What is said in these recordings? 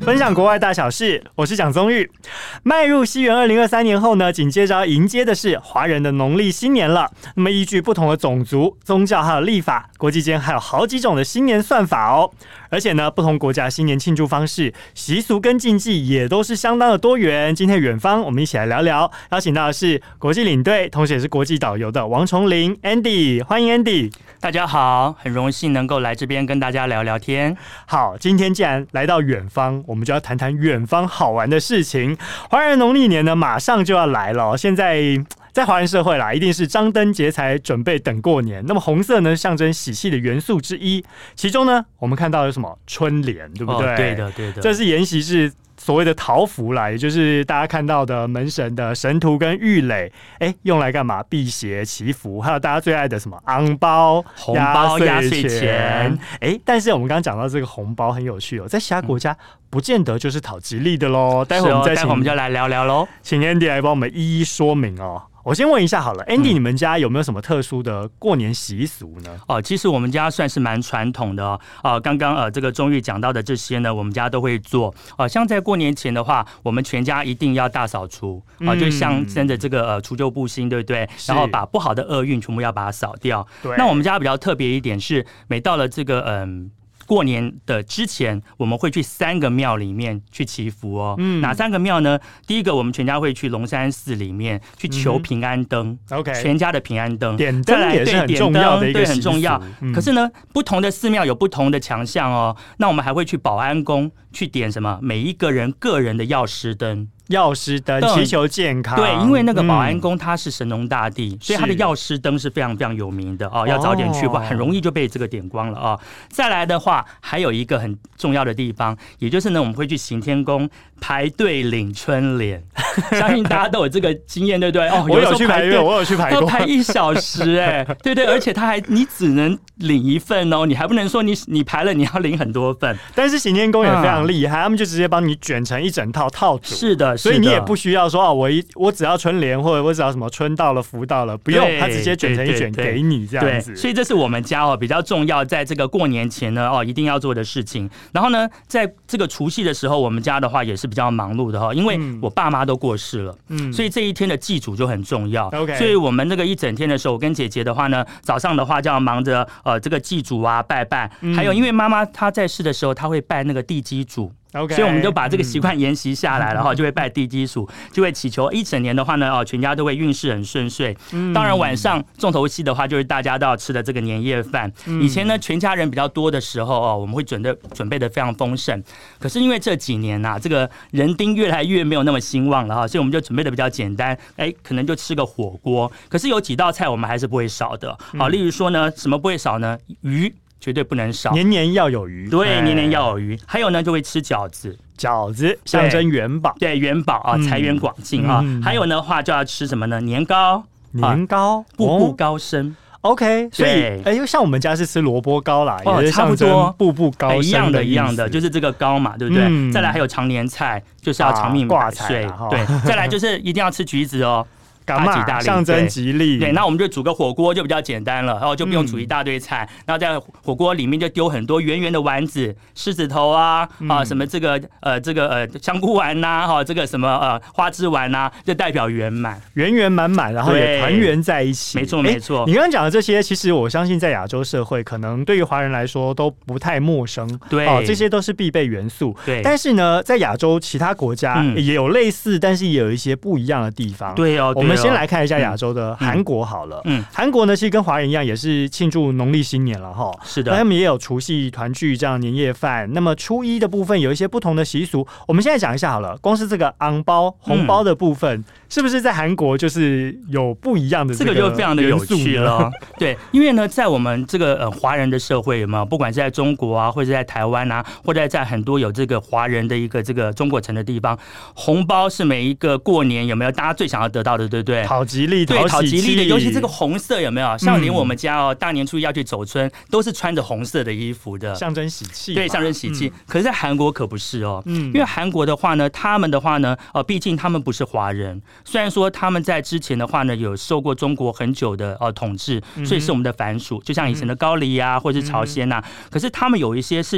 分享国外大小事，我是蒋宗玉。迈入西元2023年后呢，紧接着要迎接的是华人的农历新年了。那么依据不同的种族、宗教还有历法，国际间还有好几种的新年算法哦。而且呢，不同国家新年庆祝方式、习俗跟禁忌也都是相当的多元。今天远方我们一起来聊聊，邀请到的是国际领队，同时也是国际导游的王崇林 Andy， 欢迎 Andy。 大家好，很荣幸能够来这边跟大家聊聊天。 好，今天既然来到远方，我们就要谈谈远方好玩的事情。华人农历年呢，马上就要来了。现在华人社会啦，一定是张灯结彩，准备等过年。那么红色呢，象征喜气的元素之一。其中呢，我们看到有什么春联，对不对？ 对的，对的。 这是沿袭是所谓的桃符啦，也就是大家看到的门神的神图跟玉垒，用来干嘛？辟邪祈福，还有大家最爱的什么红包、 红包、压岁钱。 但是我们刚刚讲到这个红包很有趣哦，在其他国家不见得就是讨吉利的咯。待会我们就来聊聊咯， 请 Andy 来帮我们一一说明哦。我先问一下好了 ，Andy，你们家有没有什么特殊的过年习俗呢？ 其实我们家算是蛮传统的哦。刚刚这个宗玉讲到的这些呢，我们家都会做。像在过年前的话，我们全家一定要大扫除就象征着这个除旧布新，对不对？然后把不好的厄运全部要把它扫掉。那我们家比较特别一点是，每到了这个过年的之前，我们会去3个庙里面去祈福哦。哪3个庙呢？第一个，我们全家会去龙山寺里面去求平安灯。全家的平安灯， 点灯也是很重要的一个习俗， 对，很重要。可是呢，不同的寺庙有不同的强项哦。那我们还会去保安宫去点什么？每一个人个人的药师灯。 药师灯祈求健康， 对，因为那个保安宫它是神农大帝，所以它的药师灯是非常非常有名的哦。要早点去，很容易就被这个点光了哦。再来的话，还有一个很重要的地方，也就是呢，我们会去行天宫排队领春联。相信大家都有这个经验，对不对？ 我有去排队，我有去排过， 要排1小时对对，而且你只能领1份哦，你还不能说你排了你要领很多份。 但是行天宫也非常厉害，他们就直接帮你卷成一整套组。 是的。 所以你也不需要说我只要春联，或者我只要什么春到了福到了，不用，他直接卷成一卷给你这样子。 所以这是我们家比较重要，在这个过年前呢一定要做的事情。然后呢，在这个除夕的时候，我们家的话也是比较忙碌的因为我爸妈都过世了，所以这一天的祭祖就很重要。所以我们那个一整天的时候，我跟姐姐的话呢，早上的话就要忙着这个祭祖啊、拜拜，还有因为妈妈她在世的时候，她会拜那个地基主。所以我们就把这个习惯沿袭下来了就会拜地基主，就会祈求一整年的话呢全家都会运势很顺遂。当然晚上重头戏的话，就是大家都要吃的这个年夜饭。以前呢，全家人比较多的时候我们会准备的非常丰盛。可是因为这几年这个人丁越来越没有那么兴旺了所以我们就准备的比较简单，可能就吃个火锅。可是有几道菜我们还是不会少的例如说呢，什么不会少呢？鱼绝对不能少， 年年要有余。 对，年年要有余。还有呢，就会吃饺子象征元宝， 对，元宝财源广进还有的话就要吃什么呢？年糕，步步高升。 OK， 所以像我们家是吃萝卜糕啦，也是象征步步高升的一样的，就是这个糕嘛，对不对？再来还有长年菜，就是要长命百岁。对，再来就是一定要吃橘子哦。 大吉大利，象征吉利。 对，那我们就煮个火锅就比较简单了，然后就不用煮一大堆菜，然后在火锅里面就丢很多圆圆的丸子，狮子头什么这个香菇丸这个什么花枝丸就代表圆满， 圆圆满满，然后也团圆在一起。 没错没错。 你刚刚讲的这些，其实我相信在亚洲社会，可能对于华人来说都不太陌生。 对， 这些都是必备元素。 对， 但是呢，在亚洲其他国家也有类似，但是也有一些不一样的地方。 对哦， 我们先来看一下亚洲的韩国好了。韩国呢，其实跟华人一样，也是庆祝农历新年了是的， 他们也有除夕团聚这样年夜饭。那么初一的部分有一些不同的习俗，我们现在讲一下好了。光是这个红包的部分，是不是在韩国就是有不一样的这个就非常的有趣了？对，因为呢，在我们这个华人的社会有没有，不管是在中国或者在台湾或者在很多有这个华人的一个这个中国城的地方，红包是每一个过年有没有大家最想要得到的，对不对？ 讨吉利， 对，讨吉利的，尤其这个红色有没有？像连我们家大年初一要去走春，都是穿着红色的衣服的， 象征喜气。 对，象征喜气。可是，在韩国可不是因为韩国的话呢，他们的话呢，毕竟他们不是华人，虽然说他们在之前的话呢，有受过中国很久的统治，所以是我们的藩属，就像以前的高丽或者是朝鲜可是他们有一些是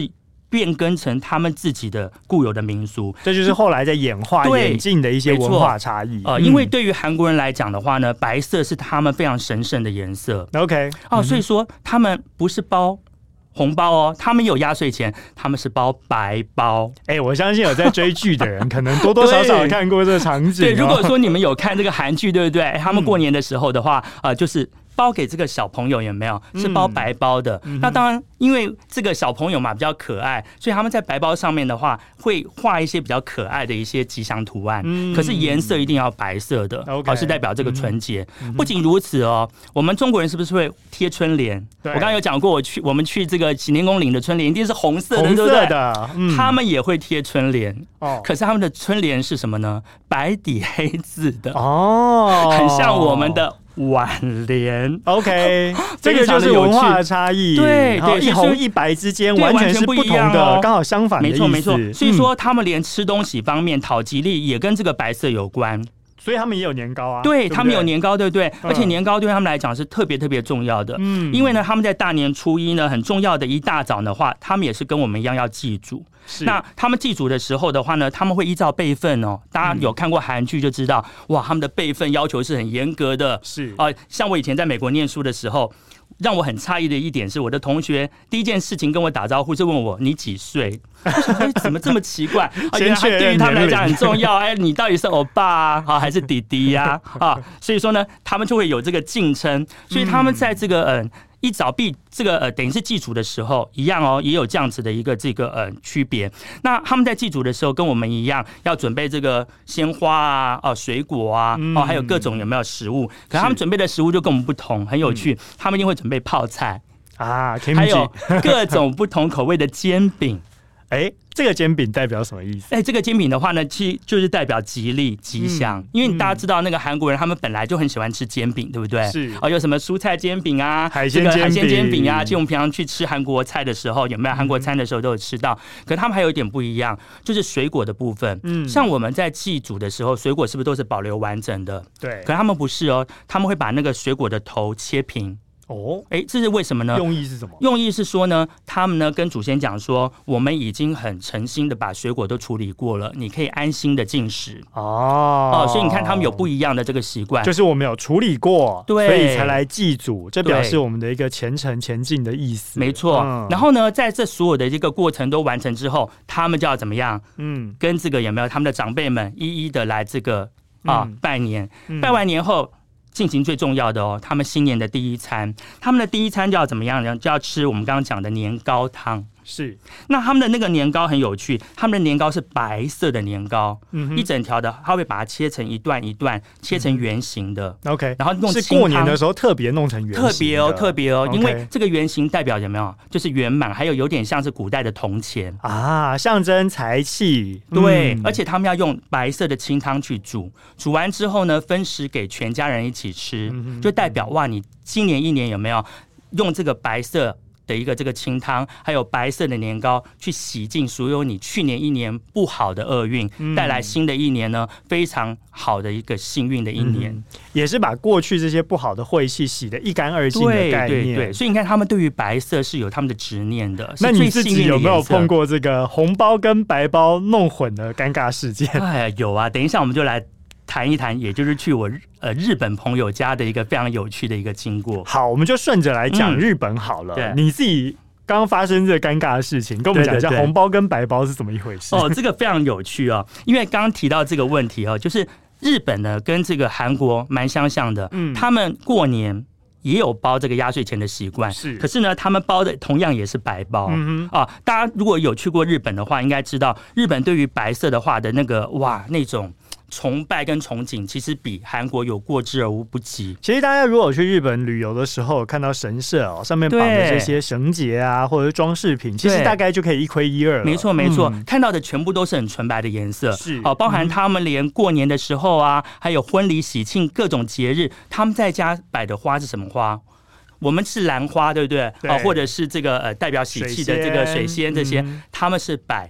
变更成他们自己的固有的民俗， 这就是后来在演化演进的一些文化差异。 因为对于韩国人来讲的话呢，白色是他们非常神圣的颜色。 OK， 所以说他们不是包红包哦，他们有压岁钱，他们是包白包。 我相信有在追剧的人，可能多多少少看过这个场景。 对，如果说你们有看这个韩剧，对不对？他们过年的时候的话，就是包给这个小朋友有没有？是包白包的。那当然，因为这个小朋友嘛比较可爱，所以他们在白包上面的话会画一些比较可爱的一些吉祥图案。可是颜色一定要白色的，是代表这个纯洁。不仅如此哦，我们中国人是不是会贴春联？我刚刚有讲过，我们去这个行天宫领的春联一定是红色的，对不对？他们也会贴春联。可是他们的春联是什么呢？白底黑字的。很像我们的挽联。 OK， 这个就是文化的差异。 对， 一红一白之间完全是不同的，刚好相反的意思。 没错。所以说他们连吃东西方面讨吉利也跟这个白色有关。 所以他们也有年糕啊。 对，他们有年糕，对不对？而且年糕对他们来讲是特别特别重要的。因为呢，他们在大年初一呢，很重要的一大早的话，他们也是跟我们一样要祭祖。那他们祭祖的时候的话呢，他们会依照辈分哦。大家有看过韩剧就知道，哇，他们的辈分要求是很严格的。像我以前在美国念书的时候，让我很诧异的一点是，我的同学第一件事情跟我打招呼是问我你几岁？我想怎么这么奇怪？原来对于他们来讲很重要。你到底是欧巴还是弟弟呀？所以说呢，他们就会有这个敬称。所以他们在这个一早这个等于是祭祖的时候一样哦，也有这样子的一个这个区别。那他们在祭祖的时候跟我们一样，要准备这个鲜花啊、水果啊、还有各种有没有食物？可他们准备的食物就跟我们不同，很有趣。他们一定会准备泡菜还有各种不同口味的煎饼。 这个煎饼代表什么意思？ 这个煎饼的话呢，其实就是代表吉利吉祥。因为大家知道那个韩国人他们本来就很喜欢吃煎饼，对不对？ 是有什么蔬菜煎饼啊、 海鲜煎饼啊，就我们平常去吃韩国菜的时候，有没有韩国餐的时候都有吃到。可是他们还有一点不一样，就是水果的部分。像我们在祭祖的时候，水果是不是都是保留完整的？ 对。 可是他们不是哦，他们会把那个水果的头切平。这是为什么呢？ 用意是什么？ 用意是说呢，他们呢跟祖先讲说，我们已经很诚心的把水果都处理过了，你可以安心的进食。所以你看他们有不一样的这个习惯， 就是我们有处理过， 对， 所以才来祭祖，这表示我们的一个虔诚前进的意思。 没错。然后呢，在这所有的这个过程都完成之后，他们就要怎么样？跟这个有没有他们的长辈们一一的来这个拜年。拜完年后，进行最重要的他们新年的第一餐，他们的第一餐就要怎么样呢？就要吃我们刚刚讲的年糕汤。 是， 那他们的那个年糕很有趣，他们的年糕是白色的年糕，一整条的，他会把它切成一段一段，切成圆形的。 OK， 然后用是过年的时候特别弄成圆形的， 特别哦，因为这个圆形代表有没有？就是圆满，还有点像是古代的铜钱象征财气。 对，而且他们要用白色的清汤去煮，煮完之后呢，分食给全家人一起吃，就代表哇，你今年一年有没有用这个白色的一个这个清汤，还有白色的年糕去洗净所有你去年一年不好的厄运，带来新的一年呢非常好的一个幸运的一年， 也是把过去这些不好的晦气洗得一干二净的概念。 对，所以你看他们对于白色是有他们的执念的。 那你自己有没有碰过这个红包跟白包弄混的尴尬事件？ 有啊，等一下我们就来谈一谈，也就是去我日本朋友家的一个非常有趣的一个经过。 好，我们就顺着来讲日本好了。你自己刚刚发生这个尴尬的事情，跟我们讲一下红包跟白包是怎么一回事。 这个非常有趣哦，因为刚刚提到这个问题就是日本呢跟这个韩国蛮相像的，他们过年也有包这个压岁钱的习惯，可是呢，他们包的同样也是白包。大家如果有去过日本的话，应该知道日本对于白色的话的那个那种崇拜跟憧憬，其实比韩国有过之而无不及。 其实大家如果去日本旅游的时候，看到神社上面绑的这些绳结啊，或者是装饰品，其实大概就可以一窥一二了。 没错没错，看到的全部都是很纯白的颜色，包含他们连过年的时候啊，还有婚礼喜庆各种节日，他们在家摆的花是什么花？我们是兰花，对不对？或者是这个代表喜气的这个水仙这些，他们是摆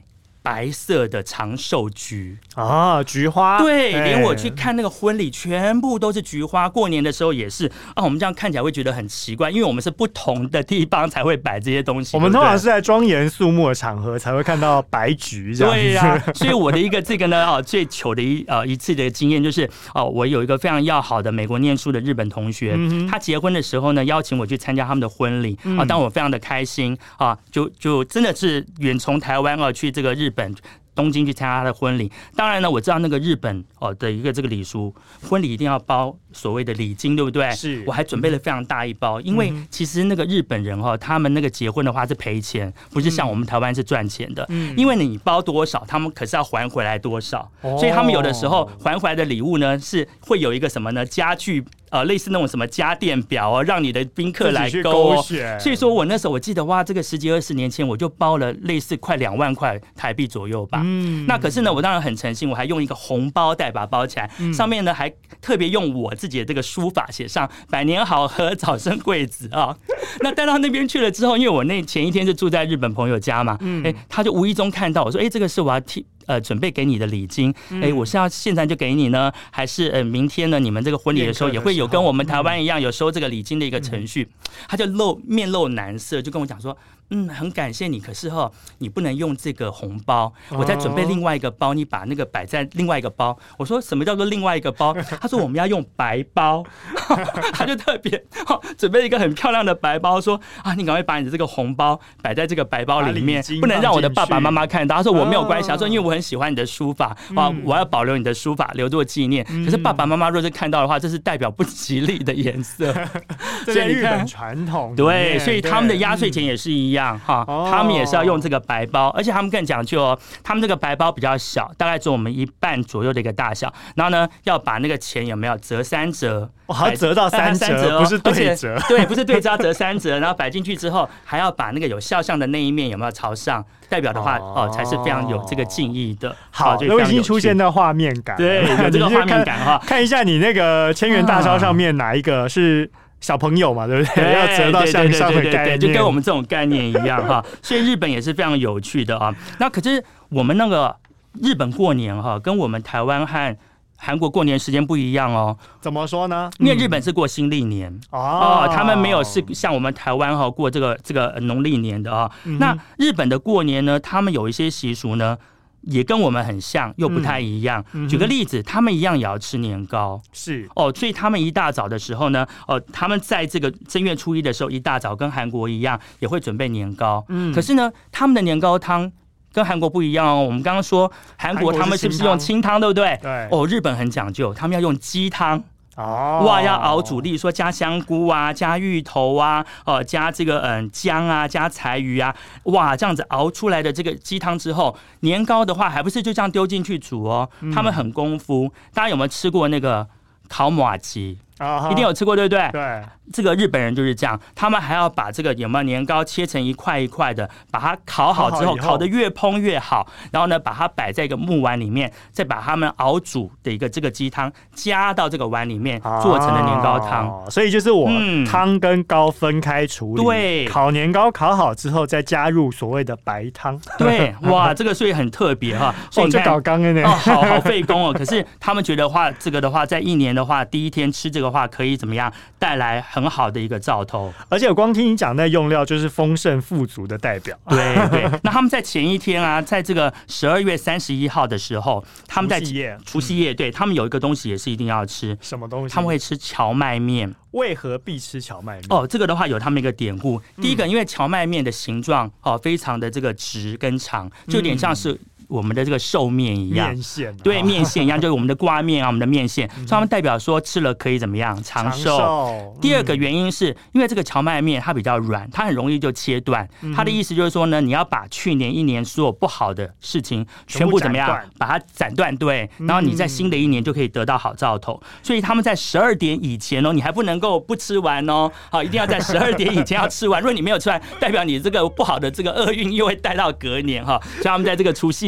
白色的长寿菊啊，菊花， 对，连我去看那个婚礼，全部都是菊花。过年的时候也是啊，我们这样看起来会觉得很奇怪，因为我们是不同的地方才会摆这些东西。 我们通常是在庄严肃穆的场合才会看到白菊这样子。 对呀，所以我的一个这个呢，最糗的一次的经验就是我有一个非常要好的美国念书的日本同学，他结婚的时候呢，邀请我去参加他们的婚礼啊，当我非常的开心啊，就真的是远从台湾去这个日本东京去参加他的婚礼。当然呢，我知道那个日本的一个这个礼俗，婚礼一定要包所谓的礼金，对不对？ 是， 我还准备了非常大一包，因为其实那个日本人他们那个结婚的话是赔钱，不是像我们台湾是赚钱的。因为你包多少，他们可是要还回来多少，所以他们有的时候还回来的礼物呢，是会有一个什么呢？家具。类似那种什么家电表让你的宾客来勾所以说我那时候我记得哇，这个10几20年前我就包了类似快2万块台币左右吧。那可是呢，我当然很诚心，我还用一个红包袋把它包起来，上面呢还特别用我自己的这个书法写上“百年好合，早生贵子”啊。那带到那边去了之后，因为我前一天是住在日本朋友家嘛，他就无意中看到我说，这个是我要准备给你的礼金，我是要现在就给你呢，还是明天呢？你们这个婚礼的时候也会有跟我们台湾一样有收这个礼金的一个程序？他就面露难色，就跟我讲说。很感谢你，可是你不能用这个红包，我再准备另外一个包，你把那个摆在另外一个包。我说什么叫做另外一个包？他说我们要用白包，他就特别准备一个很漂亮的白包，说你赶快把你的这个红包摆在这个白包里面，不能让我的爸爸妈妈看到。他说我没有关系，他说因为我很喜欢你的书法，我要保留你的书法留作纪念。可是爸爸妈妈若是看到的话，这是代表不吉利的颜色。 所以日本传统对，所以他们的压岁钱也是一样。他们也是要用这个白包，而且他们更讲究他们这个白包比较小，大概只有我们1半左右的一个大小。然后呢，要把那个钱有没有折3折？ 还要折到3折，不是对折， 对，不是对折，要折3折。然后摆进去之后，还要把那个有肖像的那一面有没有朝上？代表的话才是非常有这个敬意的。 好，都已经出现到画面感， 对，有这个画面感看一下你那个千元大钞上面哪一个是？小朋友嘛，对不对？要折到向上的概念， 就跟我们这种概念一样所以日本也是非常有趣的那可是我们那个日本过年跟我们台湾和韩国过年时间不一样怎么说呢？ 因为日本是过新历年他们没有是像我们台湾过这个农历年的那日本的过年呢，他们有一些习俗呢。也跟我们很像，又不太一样。举个例子，他们一样也要吃年糕， 是所以他们一大早的时候呢，他们在这个正月初1的时候，一大早跟韩国一样，也会准备年糕。可是呢，他们的年糕汤跟韩国不一样我们刚刚说韩国他们是不是用清汤，对不对？ 对。 日本很讲究，他们要用鸡汤。哇，要熬煮，例如说加香菇啊，加芋头啊，加这个姜啊，加柴鱼啊，哇，这样子熬出来的这个鸡汤之后，年糕的话还不是就这样丢进去煮他们很功夫。大家有没有吃过那个烤麻糬？一定有吃过，对不对？ 对， 这个日本人就是这样，他们还要把这个有没有年糕切成一块一块的，把它烤好之后，烤得越蓬越好，然后呢，把它摆在一个木碗里面，再把他们熬煮的一个这个鸡汤加到这个碗里面，做成的年糕汤。 所以就是我汤跟糕分开处理， 对， 烤年糕烤好之后，再加入所谓的白汤。 对，哇，这个所以很特别所以你看搞刚的呢， 好费工可是他们觉得话，这个的话，在1年的话，第一天吃这个话，可以怎么样带来很好的一个兆头？而且我光听你讲那用料，就是丰盛富足的代表。 对对，那他们在前一天在这个12月31号的时候，他们在除夕夜，对他们有一个东西也是一定要吃， 什么东西？ 他们会吃荞麦面。 为何必吃荞麦面？ 这个的话有他们一个典故。第一个，因为荞麦面的形状非常的这个直跟长，就有点像是我们的这个寿面一样， 面线对，面线一样，就是我们的挂面我们的面线，所以他们代表说吃了可以怎么样长寿。第二个原因是因为这个荞麦面它比较软，它很容易就切断。它的意思就是说呢，你要把去年1年所有不好的事情全部怎么样把它斩断，对，然后你在新的1年就可以得到好兆头。所以他们在12点以前你还不能够不吃完一定要在12点以前要吃完。如果你没有吃完，代表你这个不好的这个厄运又会带到隔年所以他们在这个除夕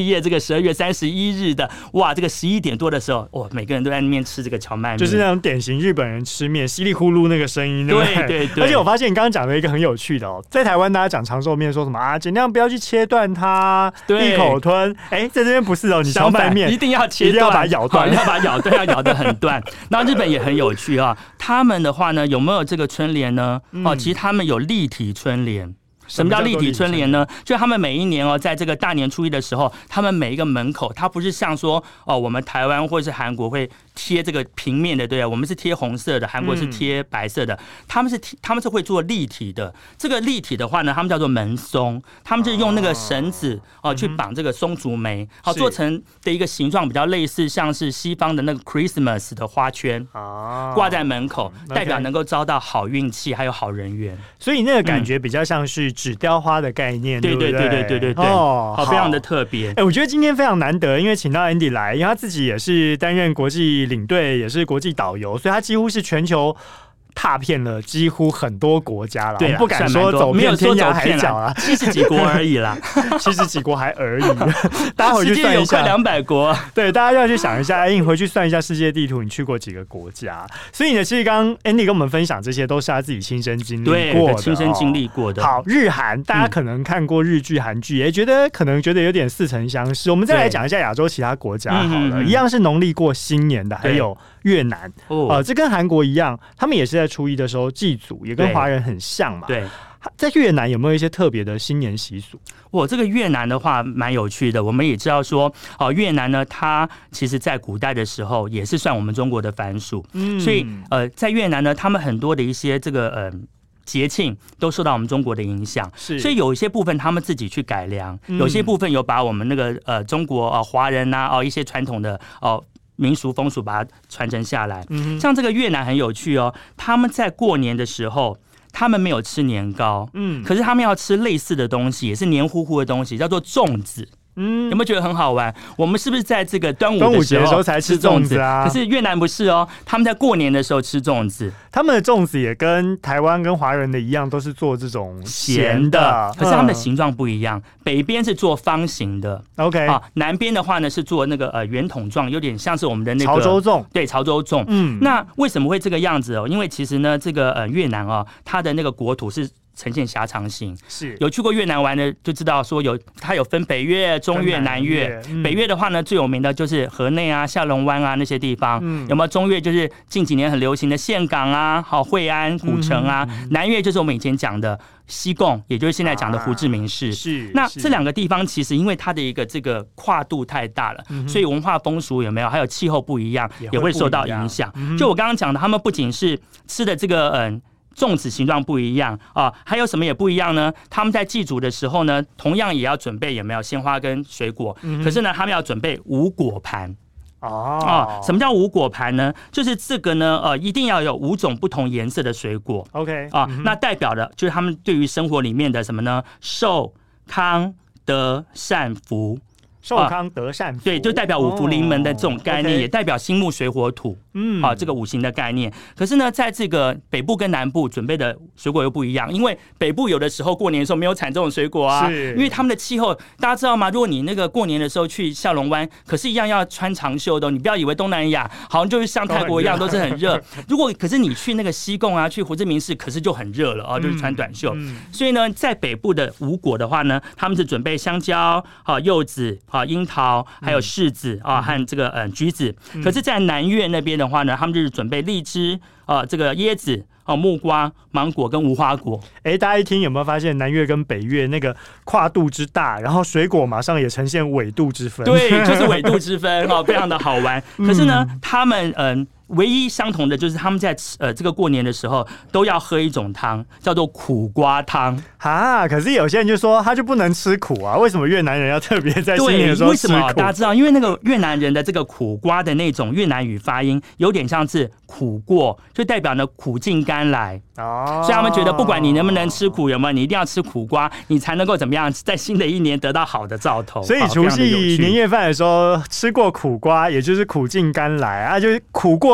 夜这个12月31日的哇，这个11点多的时候，哇，每个人都在那边吃这个荞麦面， 就是那种典型日本人吃面稀里呼噜那个声音，对不对？ 对。 而且我发现你刚刚讲的一个很有趣的哦，在台湾大家讲长寿面说什么啊，尽量不要去切断它，一口吞。在这边不是哦，你荞麦面一定要切断， 一定要把它咬断， 要把它咬断，要咬得很断。然后日本也很有趣啊，他们的话呢，有没有这个春联呢？其实他们有立体春联。什么叫立体春联呢？就他们每一年在这个大年初一的时候，他们每一个门口，它不是像说我们台湾或是韩国会贴这个平面的，对啊，我们是贴红色的，韩国是贴白色的，他们是会做立体的。这个立体的话呢，他们叫做门松，他们就是用那个绳子去绑这个松竹梅，做成的一个形状比较类似像是西方的那个 Christmas 的花圈挂在门口，代表能够招到好运气还有好人缘。 所以那个感觉比较像是纸雕花的概念，对不对？ 对，非常的特别。 我觉得今天非常难得，因为请到 Andy 来，因为他自己也是担任国际领队，也是国际导游，所以他几乎是全球踏遍了几乎很多国家了，我们不敢说走遍天涯海角啊 ，70几国而已啦 ，70几国还而已。大家回去算一下， 世界有快200国。 对，大家要去想一下，你回去算一下世界地图，你去过几个国家？所以呢，其实刚刚 Andy 跟我们分享这些，都是他自己亲身经历过的， 亲身经历过的。 好，日韩大家可能看过日剧、韩剧，也可能觉得有点似曾相识。我们再来讲一下亚洲其他国家好了，一样是农历过新年的，还有越南。这跟韩国一样，他们也是在初一的时候祭祖，也跟华人很像嘛。 对， 在越南有没有一些特别的新年习俗？ 这个越南的话蛮有趣的。我们也知道说，越南呢，它其实在古代的时候也是算我们中国的藩属，所以在越南呢，他们很多的一些这个节庆都受到我们中国的影响，所以有一些部分他们自己去改良，有些部分有把我们那个中国华人啊一些传统的民俗风俗把它传承下来。像这个越南很有趣他们在过年的时候，他们没有吃年糕，可是他们要吃类似的东西，也是黏糊糊的东西，叫做粽子。有没有觉得很好玩？我们是不是在这个端午节的时候才吃粽子啊？可是越南不是他们在过年的时候吃粽子。 他们的粽子也跟台湾跟华人的一样，都是做这种咸的， 可是他们的形状不一样。北边是做方形的 ，OK 南边的话呢是做那个圆筒状，有点像是我们的那个潮州粽。 对，潮州粽。那为什么会这个样子因为其实呢，这个越南它的那个国土是呈现狭长型，是有去过越南玩的就知道说它有分北越、中越、南越。北越的话呢，最有名的就是河内啊、下龙湾啊那些地方。有没有？中越就是近几年很流行的岘港啊、惠安、古城啊。南越就是我们以前讲的西贡，也就是现在讲的胡志明市。那这两个地方其实因为它的一个这个跨度太大了，所以文化风俗有没有，还有气候不一样，也会受到影响。就我刚刚讲的，他们不仅是吃的这个粽子形状不一样还有什么也不一样呢？他们在祭祖的时候呢，同样也要准备有没有鲜花跟水果，可是呢，他们要准备5果盘。什么叫5果盘呢？就是这个呢，一定要有5种不同颜色的水果。 OK 那代表的就是他们对于生活里面的什么呢？寿、康、德、善、福。 寿康德善福， 对，就代表5福临门的这种概念，也代表金木水火土，这个5行的概念。可是呢，在这个北部跟南部准备的水果又不一样，因为北部有的时候过年的时候没有产这种水果啊，因为他们的气候，大家知道吗？如果你那个过年的时候去下龙湾，可是一样要穿长袖的，你不要以为东南亚好像就是像泰国一样都是很热。可是你去那个西贡啊，去胡志明市，可是就很热了就是穿短袖。所以呢，在北部的5果的话呢，他们是准备香蕉、柚子。樱桃还有柿子和这个橘子。可是，在南越那边的话呢，他们就是准备荔枝这个椰子木瓜、芒果跟无花果。 大家一听有没有发现南越跟北越那个跨度之大，然后水果马上也呈现纬度之分。 对，就是纬度之分非常的好玩。可是呢，他们唯一相同的就是他们在这个过年的时候都要喝一种汤，叫做苦瓜汤可是有些人就说他就不能吃苦啊，为什么越南人要特别在新年的时候吃苦？ 为什么？大家知道，因为那个越南人的这个苦瓜的那种越南语发音有点像是苦过，就代表呢苦尽甘来所以他们觉得不管你能不能吃苦，有没有，你一定要吃苦瓜，你才能够怎么样在新的一年得到好的兆头。 所以除夕年夜饭的时候吃过苦瓜，也就是苦尽甘来就是苦过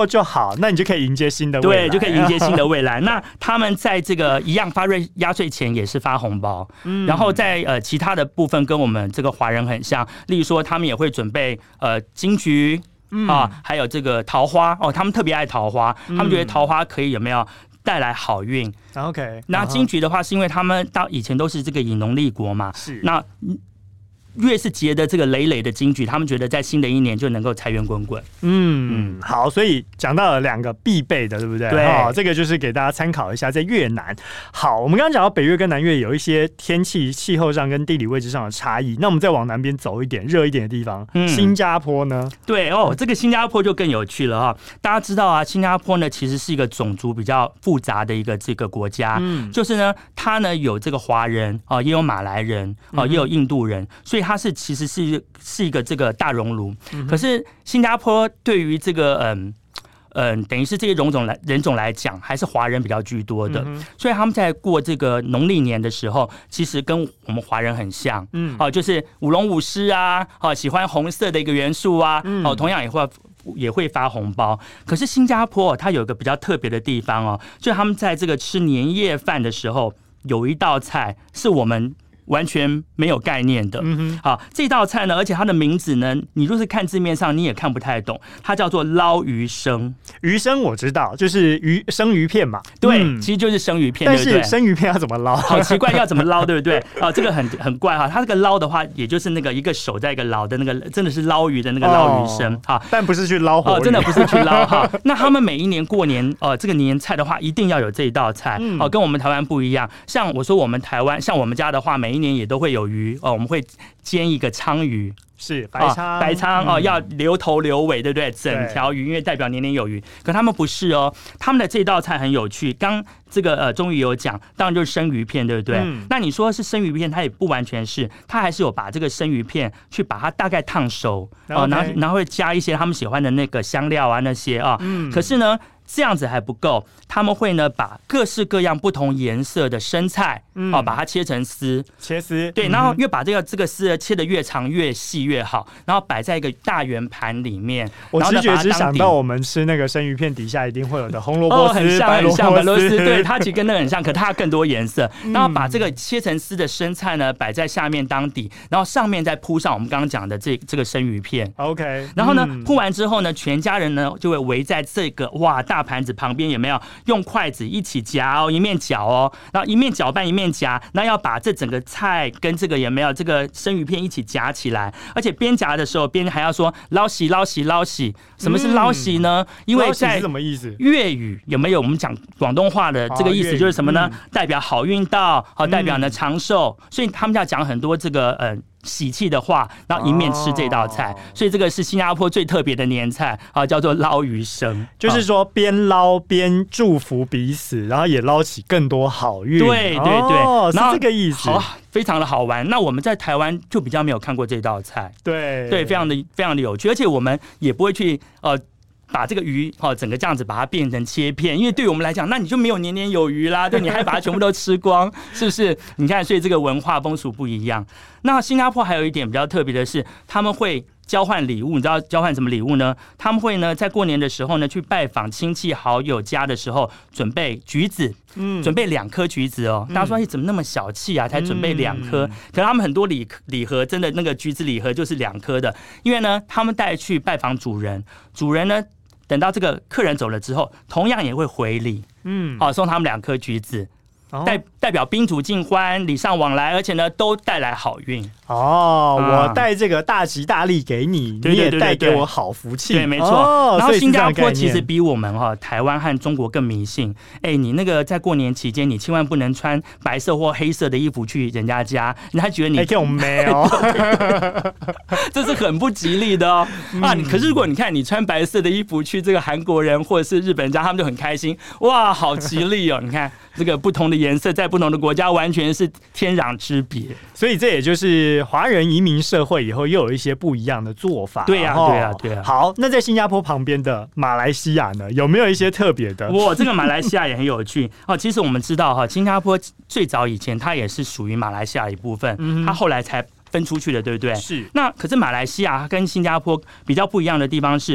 过就好，那你就可以迎接新的未来， 对，就可以迎接新的未来。那他们在这个一样发压岁钱也是发红包，然后在其他的部分跟我们这个华人很像，例如说他们也会准备金桔还有这个桃花哦，他们特别爱桃花，他们觉得桃花可以有没有带来好运。 OK， 那金桔的话，是因为他们到以前都是这个以农立国嘛， 是那。越是结的这个累累的金桔，他们觉得在新的一年就能够财源滚滚。 好，所以讲到了2个必备的，对不对？ 对， 这个就是给大家参考一下，在越南。好，我们刚刚讲到北越跟南越有一些天气、气候上跟地理位置上的差异，那我们再往南边走一点，热一点的地方，新加坡呢？ 对哦，这个新加坡就更有趣了哈。大家知道啊，新加坡呢其实是一个种族比较复杂的一个这个国家，就是呢，它呢有这个华人也有马来人也有印度人，所以它其实是一个这个大熔炉。可是新加坡对于这个等于是这些人种来讲，还是华人比较居多的，所以他们在过这个农历年的时候，其实跟我们华人很像，就是舞龙舞狮啊，喜欢红色的一个元素啊，同样也会发红包。可是新加坡它有一个比较特别的地方哦，就是他们在这个吃年夜饭的时候，有一道菜是我们完全没有概念的。好，这道菜呢，而且它的名字呢，你若是看字面上你也看不太懂，它叫做捞鱼生。 鱼生我知道，就是生鱼片嘛。 对，其实就是生鱼片， 但对不对？ 是生鱼片要怎么捞？ 好奇怪，要怎么捞，对不对？这个很怪哈。它这个捞的话，也就是那个一个手在一个捞的那个，真的是捞鱼的那个捞鱼生哈， 但不是去捞活鱼， 真的不是去捞哈。那他们每一年过年这个年菜的话，一定要有这一道菜跟我们台湾不一样。像我说我们台湾，像我们家的话，每一年也都会有鱼我们会煎一个鲳鱼。 是白鲳， 白鲳要留头留尾，对不对？整条鱼，因为代表年年有余。可他们不是哦，他们的这道菜很有趣。刚这个终于有讲，当然就是生鱼片，对不对？那你说是生鱼片，它也不完全是，它还是有把这个生鱼片去把它大概烫熟然后会加一些他们喜欢的那个香料啊那些可是呢，这样子还不够，他们会呢把各式各样不同颜色的生菜把它切成丝，对，然后越把这个丝切得越长越细越好，然后摆在一个大圆盘里面。 我直觉只想到我们吃那个生鱼片底下一定会有的红萝卜丝， 很像白萝丝，对，它其实跟那个很像，可它更多颜色。然后把这个切成丝的生菜呢摆在下面当底，然后上面再铺上我们刚刚讲的这个生鱼片。 OK， 然后呢铺完之后呢，全家人呢就会围在这个大盘子旁边，有没有用筷子一起夹一面搅然后一面搅拌一面夹，那要把这整个菜跟这个有没有这个生鱼片一起夹起来，而且边夹的时候边还要说捞洗捞洗捞洗。什么是捞洗呢？因为在粤语有没有我们讲广东话的这个意思就是什么呢？代表好运到，代表呢长寿，所以他们要讲很多这个喜气的话，然后一面吃这道菜，所以这个是新加坡最特别的年菜叫做捞鱼生， 就是说边捞边祝福彼此，然后也捞起更多好运。 对， 是这个意思。 非常的好玩。那我们在台湾就比较没有看过这道菜，对，非常的有趣，而且我们也不会去把这个鱼整个这样子把它变成切片，因为对我们来讲，那你就没有年年有余啦，对，你还把它全部都吃光，是不是？你看，所以这个文化风俗不一样。那新加坡还有一点比较特别的是，他们会交换礼物，你知道交换什么礼物呢？他们会呢在过年的时候呢去拜访亲戚好友家的时候，准备橘子，准备2颗橘子大家说怎么那么小气啊，才准备2颗？可是他们很多礼盒真的那个橘子礼盒就是2颗的，因为呢他们带去拜访主人，主人呢等到这个客人走了之后，同样也会回礼，送他们2颗橘子。代表宾主尽欢，礼尚往来，而且呢都带来好运。 我带这个大吉大利给你，你也带给我好福气。 对，没错。然后新加坡其实比我们台湾和中国更迷信。你那个在过年期间，你千万不能穿白色或黑色的衣服去人家家，人家觉得你没这是很不吉利的可是如果你看你穿白色的衣服去这个韩国人或者是日本人家，他们就很开心，哇，好吉利你看这个不同的颜色在不同的国家完全是天壤之别。 所以这也就是华人移民社会以后又有一些不一样的做法。 对啊。 好，那在新加坡旁边的马来西亚呢，有没有一些特别的？ 这个马来西亚也很有趣其实我们知道新加坡最早以前它也是属于马来西亚的一部分，它后来才分出去的，对不对？ 是。 那可是马来西亚跟新加坡比较不一样的地方是，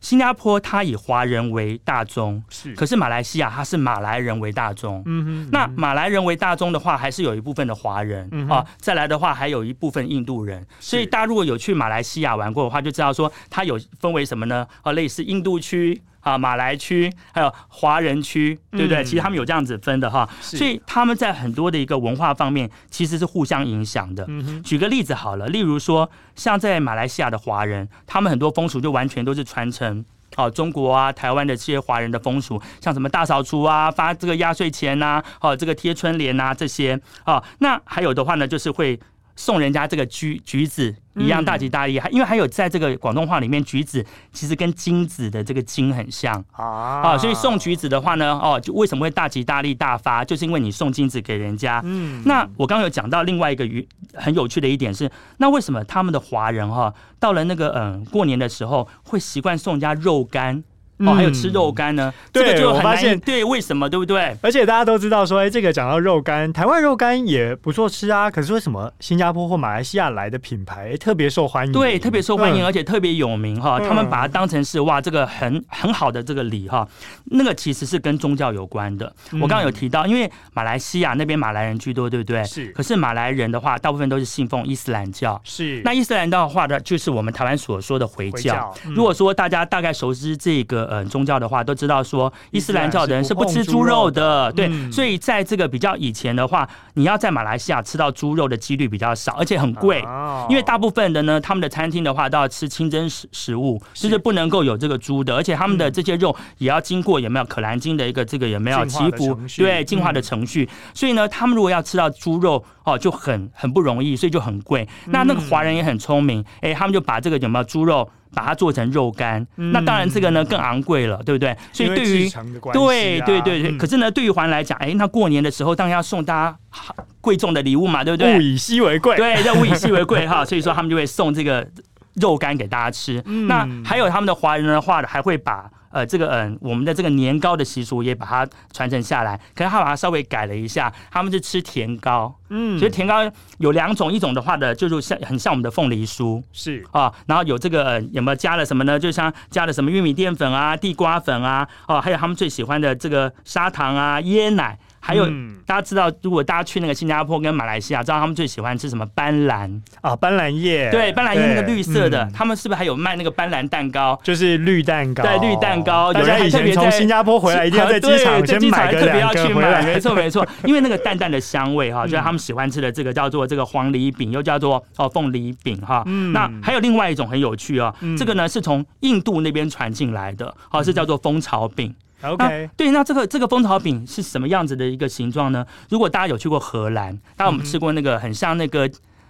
新加坡它以华人为大宗， 是， 可是马来西亚它是马来人为大宗。那马来人为大宗的话，还是有一部分的华人啊，再来的话还有一部分印度人。所以大家如果有去马来西亚玩过的话，就知道说它有分为什么呢？类似印度区。马来区还有华人区，对不对？其实他们有这样子分的哈，所以他们在很多的一个文化方面其实是互相影响的。举个例子好了，例如说像在马来西亚的华人，他们很多风俗就完全都是传承中国啊、台湾的这些华人的风俗，像什么大扫除啊、发这个压岁钱啊、这个贴春联啊这些那还有的话呢，就是会送人家这个橘子一样大吉大利，因为还有在这个广东话里面，橘子其实跟金子的这个金很像所以送橘子的话呢，就为什么会大吉大利大发，就是因为你送金子给人家。那我刚刚有讲到另外一个很有趣的一点是，那为什么他们的华人到了那个过年的时候会习惯送人家肉干？还有吃肉干呢，这个就很难以对，为什么对不对？ 而且大家都知道说，这个讲到肉干，台湾肉干也不错吃啊。可是为什么新加坡或马来西亚来的品牌特别受欢迎？对， 特别受欢迎，而且特别有名他们把它当成是哇，这个很好的这个礼那个其实是跟宗教有关的。我刚刚有提到，因为马来西亚那边马来人居多，对不对？ 是。 可是马来人的话，大部分都是信奉伊斯兰教。 是。 那伊斯兰教的话呢，就是我们台湾所说的回教。如果说大家大概熟知这个宗教的话，都知道说伊斯兰教的人是不吃猪肉的，对，所以在这个比较以前的话，你要在马来西亚吃到猪肉的几率比较少，而且很贵，因为大部分的呢，他们的餐厅的话都要吃清真食物，就是不能够有这个猪的，而且他们的这些肉也要经过有没有可兰经的一个这个有没有祈福，对，净化的程序，所以呢，他们如果要吃到猪肉就很不容易，所以就很贵。那个华人也很聪明，他们就把这个有没有猪肉把它做成肉干，那当然这个呢更昂贵了，对不对？所以对于对，可是呢，对于华人来讲，那过年的时候当然要送大家贵重的礼物嘛，对不对？ 物以稀为贵， 对，要物以稀为贵所以说他们就会送这个肉干给大家吃。那还有他们的华人的话，还会把我们的这个年糕的习俗也把它传承下来，可是他把它稍微改了一下，他们是吃甜糕。所以甜糕有2种，一种的话呢，就是很像我们的凤梨酥， 是然后有这个有没有加了什么呢？就像加了什么玉米淀粉啊、地瓜粉啊，还有他们最喜欢的这个砂糖啊、椰奶。还有大家知道，如果大家去那个新加坡跟马来西亚，知道他们最喜欢吃什么斑斓斑斓叶， 对，斑斓叶那个绿色的，他们是不是还有卖那个斑斓蛋糕？ 就是绿蛋糕， 对，绿蛋糕。 大家以前从新加坡回来，一定要在机场先买个2个回来。 没错，因为那个淡淡的香味就是他们喜欢吃的这个叫做这个黄梨饼，又叫做凤梨饼那还有另外一种很有趣这个呢是从印度那边传进来的是叫做蜂巢饼。 OK， 对，那这个蜂巢饼是什么样子的一个形状呢？如果大家有去过荷兰，大家有吃过那个很像那个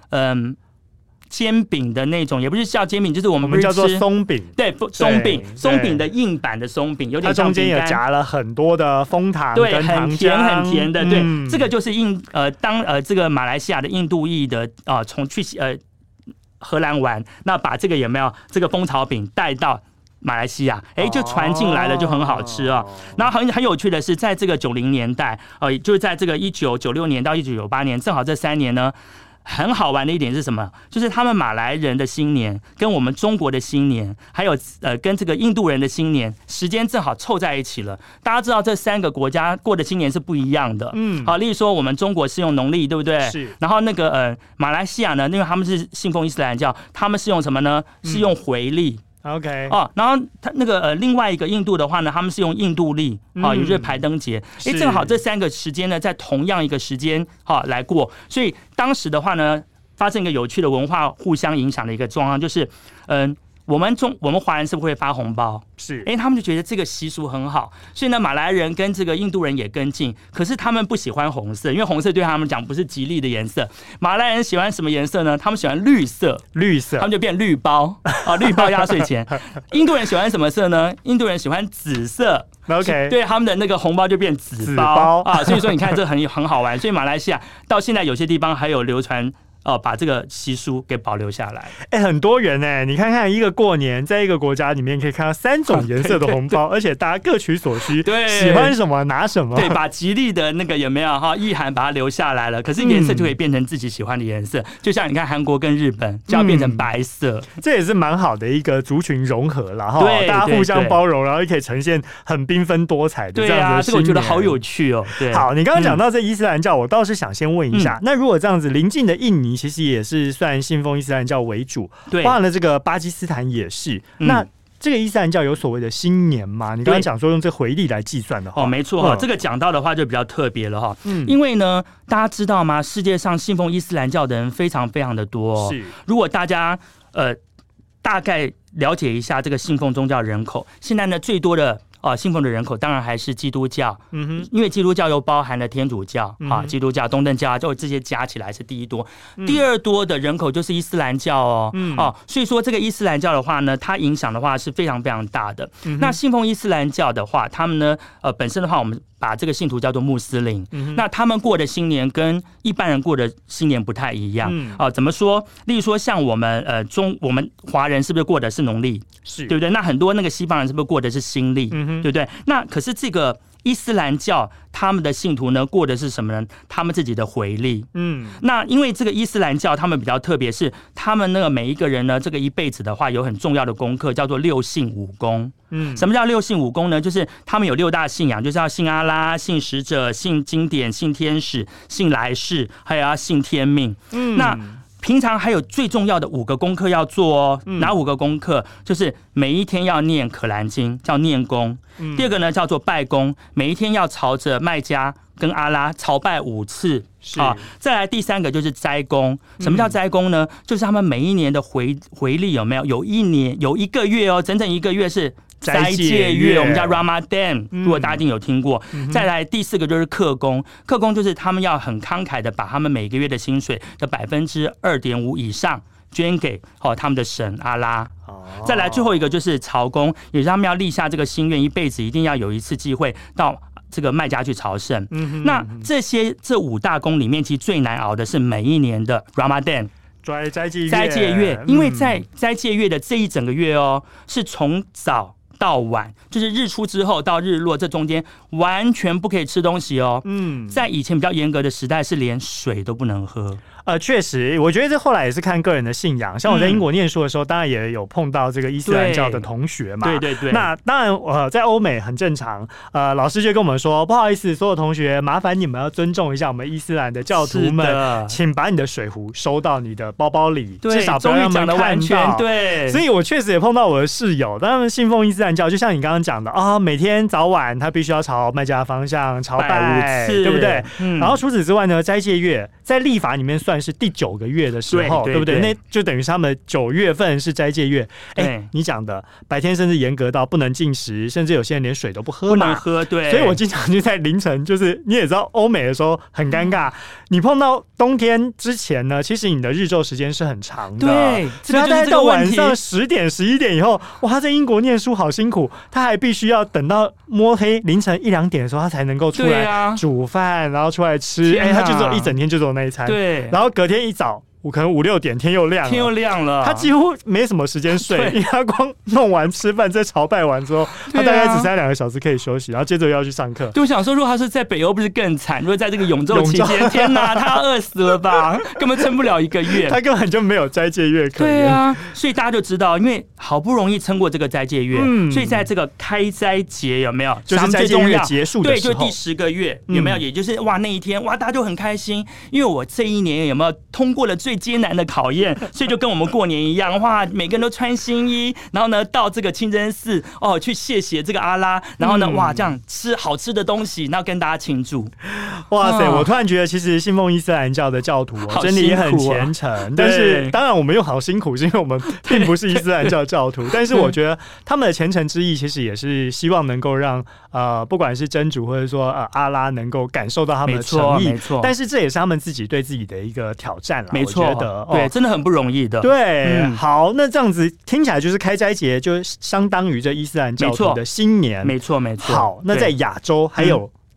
煎饼的那种，也不是叫煎饼，就是我们叫做松饼。 对，松饼的硬版的松饼，有点像饼干，它中间也夹了很多的枫糖， 对，很甜的。对，这个就是这个马来西亚的印度裔的从去荷兰玩，那把这个有没有这个蜂巢饼带到马来西亚，就传进来了，就很好吃然后很有趣的是，在这个90年代，就是在这个1996年到1998年，正好这3年呢，很好玩的一点是什么？就是他们马来人的新年跟我们中国的新年，还有跟这个印度人的新年，时间正好凑在一起了。大家知道这3个国家过的新年是不一样的，例如说我们中国是用农历，对不对？ 是。 然后那个马来西亚呢，因为他们是信奉伊斯兰教，他们是用什么呢？是用回历。 OK 然后他那个另外一个印度的话呢，他们是用印度历也就是排灯节，正好这3个时间呢，在同样一个时间来过，所以当时的话呢，发生一个有趣的文化互相影响的一个状况，就是我们华人是不是会发红包？ 是， 他们就觉得这个习俗很好，所以呢，马来人跟这个印度人也跟进。可是他们不喜欢红色，因为红色对他们讲不是吉利的颜色。马来人喜欢什么颜色呢？他们喜欢绿色，他们就变绿包绿包压岁钱。印度人喜欢什么色呢？印度人喜欢紫色。 OK， 对，他们的那个红包就变紫包所以说你看这很好玩。所以马来西亚到现在有些地方还有流传把这个习俗给保留下来。 很多人你看看一个过年，在一个国家里面可以看到3种颜色的红包，而且大家各取所需， 对， 喜欢什么拿什么， 对，把吉利的那个有没有意涵把它留下来了，可是颜色就可以变成自己喜欢的颜色，就像你看韩国跟日本就要变成白色， 这也是蛮好的一个族群融合啦， 对， 大家互相包容，然后也可以呈现很缤纷多彩的这样子的新年。 这个我觉得好有趣哦。对， 好，你刚刚讲到这伊斯兰教，我倒是想先问一下，那如果这样子，邻近的印尼其实也是算信奉伊斯兰教为主， 对， 包含了这个巴基斯坦也是。那这个伊斯兰教有所谓的新年吗？你刚刚讲说用这回历来计算的话， 没错，这个讲到的话就比较特别了哈。因为呢，大家知道吗？世界上信奉伊斯兰教的人非常非常的多。是，如果大家大概了解一下这个信奉宗教人口，现在呢最多的信奉的人口当然还是基督教，因为基督教又包含了天主教基督教、东正教就这些加起来是第一多，第二多的人口就是伊斯兰教所以说这个伊斯兰教的话呢，它影响的话是非常非常大的。那信奉伊斯兰教的话，他们呢本身的话，我们把这个信徒叫做穆斯林，那他们过的新年跟一般人过的新年不太一样怎么说？例如说像我们我们华人是不是过的是农历，是对不对？那很多那个西方人是不是过的是新历，对不对？那可是这个伊斯兰教他们的信徒呢，过的是什么呢？他们自己的回历。那因为这个伊斯兰教他们比较特别，是他们那个每一个人呢，这个一辈子的话有很重要的功课，叫做6信5功。什么叫6信5功呢？就是他们有6大信仰，就是要信阿拉、信使者、信经典、信天使、信来世，还有要信天命。那平常还有最重要的5个功课要做哪5个功课？就是每一天要念可兰经，叫念功。第二个呢叫做拜功，每一天要朝着麦加跟阿拉朝拜5次。再来第3个就是斋功。什么叫斋功呢？就是他们每一年的回历有没有？有一个月整整1个月是斋戒月，我们叫 Ramadan， 如果大家一定有听过。再来第4个就是课功，课功就是他们要很慷慨的把他们每个月的薪水的2.5%以上捐给他们的神阿拉。再来最后一个就是朝功，也是他们要立下这个心愿，一辈子一定要有一次机会到这个麦加去朝圣。那这5大功里面，其实最难熬的是每一年的 Ramadan。斋戒月，因为在斋戒月的这一整个月是从早到晚，就是日出之后到日落，这中间完全不可以吃东西在以前比较严格的时代，是连水都不能喝。 确实，我觉得这后来也是看个人的信仰。像我在英国念书的时候，当然也有碰到这个伊斯兰教的同学嘛。对。那当然，在欧美很正常。老师就跟我们说，不好意思，所有同学，麻烦你们要尊重一下我们伊斯兰的教徒们，请把你的水壶收到你的包包里，至少不要让他们看到。对。所以我确实也碰到我的室友，他们信奉伊斯兰教，就像你刚刚讲的每天早晚他必须要朝麦加方向朝拜5次，对不对？然后除此之外呢，斋戒月在历法里面算是第9个月的时候， 对不对？那就等于是他们9月份是斋戒月。你讲的白天甚至严格到不能进食，甚至有些人连水都不喝嘛， 不能喝。对， 所以我经常就在凌晨，就是你也知道，欧美的时候很尴尬。你碰到冬天之前呢，其实你的日昼时间是很长的， 对， 所以他大概到晚上10点、11点以后，哇，他在英国念书好辛苦，他还必须要等到摸黑凌晨1、2点的时候，他才能够出来煮饭，然后出来吃。他就只有一整天就只有那一餐。对，然后隔天一早，可能5、6点天又亮了，他几乎没什么时间睡，因为他光弄完吃饭再朝拜完之后，他大概只剩下2个小时可以休息，然后接着又要去上课。 对，我想说，如果他是在北欧，不是更惨？如果在这个永昼期间，天哪，他要饿死了吧？根本撑不了1个月， 他根本就没有斋戒月可言。 对啊，所以大家就知道，因为好不容易撑过这个斋戒月，所以在这个开斋节有没有？ 就是斋戒月结束的时候， 对，就第10个月有没有？也就是哇，那一天哇，大家就很开心，因为我这一年有没有通过了最艰难的考验，所以就跟我们过年一样，哇，每个人都穿新衣，然后呢到这个清真寺去谢谢这个阿拉，然后呢哇这样吃好吃的东西，然后跟大家庆祝。 哇塞！我突然觉得，其实信奉伊斯兰教的教徒真的也很虔诚，但是当然我们又好辛苦，是因为我们并不是伊斯兰教教徒，但是我觉得他们的虔诚之意，其实也是希望能够让不管是真主或者说阿拉能够感受到他们的诚意，没错。但是这也是他们自己对自己的一个挑战了，没错。我觉得对，真的很不容易的。 对，好，那这样子听起来就是开斋节就相当于这伊斯兰教徒的新年， 没错。 好，那在亚洲还有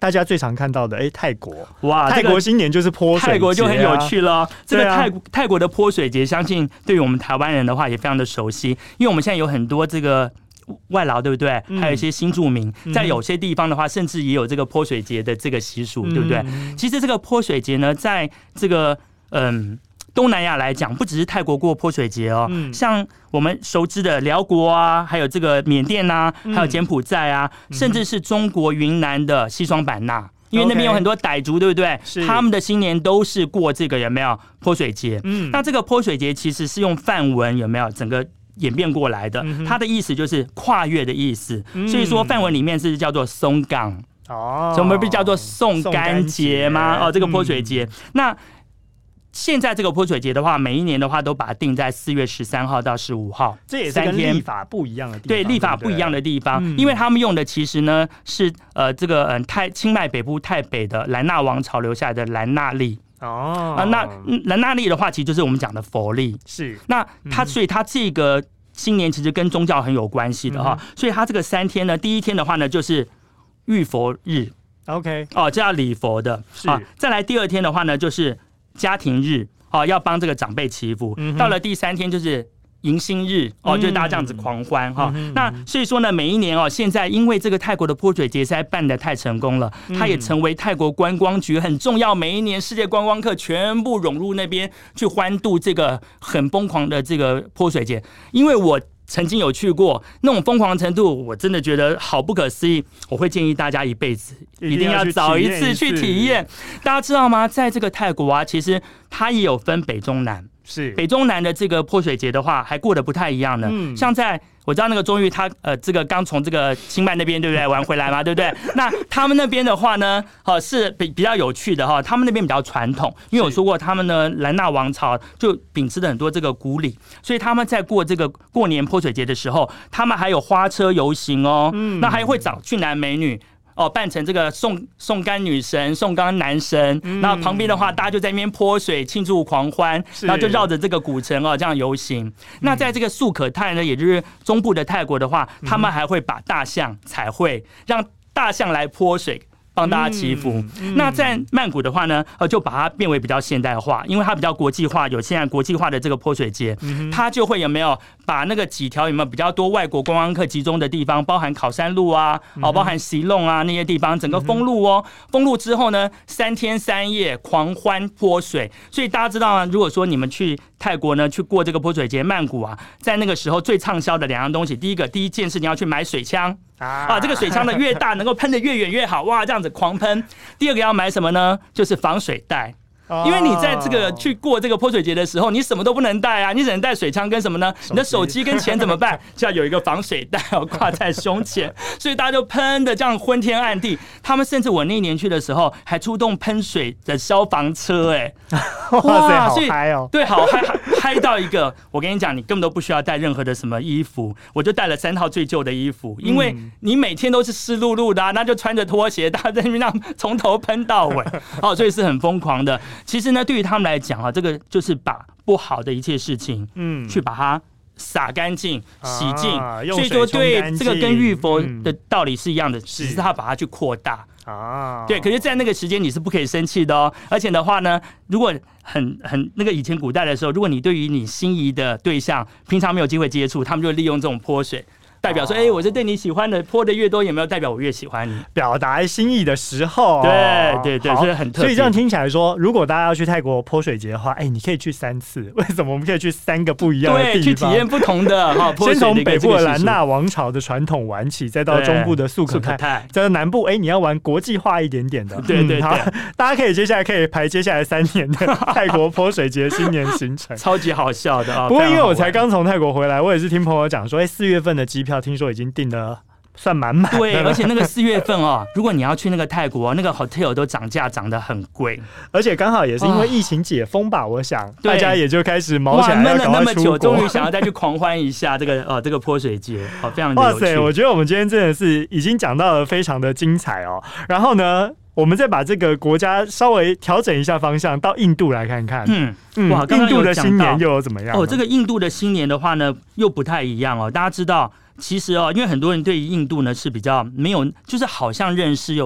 大家最常看到的，泰国， 哇， 泰国新年就是泼水节， 泰国就很有趣了。这个泰国的泼水节，相信对于我们台湾人的话也非常的熟悉，因为我们现在有很多这个外劳，对不对？还有一些新住民，在有些地方的话，甚至也有这个泼水节的这个习俗，对不对？其实这个泼水节呢，在这个东南亚来讲，不只是泰国过泼水节哦，像我们熟知的寮国啊，还有这个缅甸啊，还有柬埔寨啊，甚至是中国云南的西双版纳。因为那边有很多傣族，对不对？他们的新年都是过这个有没有泼水节？那这个泼水节其实是用梵文有没有整个演变过来的？它的意思就是跨越的意思，所以说梵文里面是叫做松冈哦，所以我们不是叫做送干节吗？这个泼水节那。现在这个泼水节的话，每一年的话都把它定在4月13号到15号， 这也是跟历法不一样的地方。 对，历法不一样的地方，因为他们用的其实呢是这个清迈北部泰北的兰纳王朝留下来的兰纳历。那兰纳历的话，其实就是我们讲的佛历。是，那所以它这个新年其实跟宗教很有关系的哈。所以它这个3天呢，第一天的话呢就是浴佛日 ，OK， 这要礼佛的。再来第2天的话呢就是家庭日要帮这个长辈祈福，到了第3天就是迎新日就是大家这样子狂欢那所以说呢，每一年现在因为这个泰国的泼水节实在办得太成功了，它也成为泰国观光局很重要，每一年世界观光客全部涌入那边去欢度这个很疯狂的这个泼水节。因为我曾经有去过，那种疯狂程度，我真的觉得好不可思议。我会建议大家一辈子一定要早一次去体验。大家知道吗？在这个泰国啊，其实它也有分北中南。是北中南的这个泼水节的话，还过得不太一样呢。像在我知道那个钟玉他这个刚从这个清迈那边对不对玩回来嘛，对不对？那他们那边的话呢，是比较有趣的哈。他们那边比较传统，因为我说过他们呢兰纳王朝就秉持了很多这个古礼，所以他们在过这个过年泼水节的时候，他们还有花车游行哦。那还会找俊男美女。扮成这个送干女神、送干男神，然后旁边的话，大家就在那边泼水庆祝狂欢，然后就绕着这个古城这样游行。那在这个素可泰呢，也就是中部的泰国的话，他们还会把大象彩绘，让大象来泼水。帮大家祈福。那在曼谷的话呢，就把它变为比较现代化，因为它比较国际化，有现在国际化的这个泼水节，它就会有没有把那个几条有没有比较多外国观光客集中的地方，包含考山路啊，包含席弄啊那些地方，整个封路哦。封路之后呢，3天3夜狂欢泼水。所以大家知道啊，如果说你们去泰国呢，去过这个泼水节，曼谷啊，在那个时候最畅销的2样东西，第一件事你要去买水枪。这个水枪的越大，能够喷得越远越好，哇，这样子狂喷。第2个要买什么呢？就是防水袋。因为你在这个去过这个泼水节的时候，你什么都不能带啊，你只能带水枪跟什么呢？你的手机跟钱怎么办？就要有一个防水袋挂在胸前，所以大家就喷的这样昏天暗地。他们甚至我那一年去的时候，还出动喷水的消防车， 哇，所以好嗨哦！ 对，好嗨到一个，我跟你讲，你根本都不需要带任何的什么衣服，我就带了3套最旧的衣服，因为你每天都是湿漉漉的，那就穿着拖鞋，大家在那边让从头喷到尾，所以是很疯狂的。其实呢，对于他们来讲这个就是把不好的一切事情，去把它洒干净、洗净。所以说，对这个跟浴佛的道理是一样的，只是他把它去扩大。对，可是，在那个时间你是不可以生气的哦。而且的话呢，如果很那个以前古代的时候，如果你对于你心仪的对象平常没有机会接触，他们就利用这种泼水。代表说，我是对你喜欢的，泼的越多，有没有代表我越喜欢你？ 表达心意的时候， 对，所以很特别。 所以这样听起来说，如果大家要去泰国泼水节的话，你可以去3次。为什么我们可以去3个不一样的地方？ 对，去体验不同的泼水的。 先从北部的兰纳王朝的传统玩起，再到中部的素可泰，再到南部，你要玩国际化一点点的。 对， 好，大家可以接下来排接下来3年的泰国泼水节新年行程， 超级好笑的。 不过因为我才刚从泰国回来，我也是听朋友讲说，4月份的机票听说已经订的算满满的。 对，而且那个4月份如果你要去那个泰国，那个 hotel 都涨价涨得很贵， 而且刚好也是因为疫情解封吧，我想大家也就开始毛起来， 闷了那么久，终于想要再去狂欢一下这个泼水节，非常的有趣。哇塞， 我觉得我们今天真的是已经讲到了非常的精彩哦。然后呢，我们再把这个国家稍微调整一下方向，到印度来看看。 哇， 印度的新年又有怎么样？ 这个印度的新年的话呢，又不太一样哦。大家知道，其实因为很多人对于印度呢是比较没有，就是好像认识又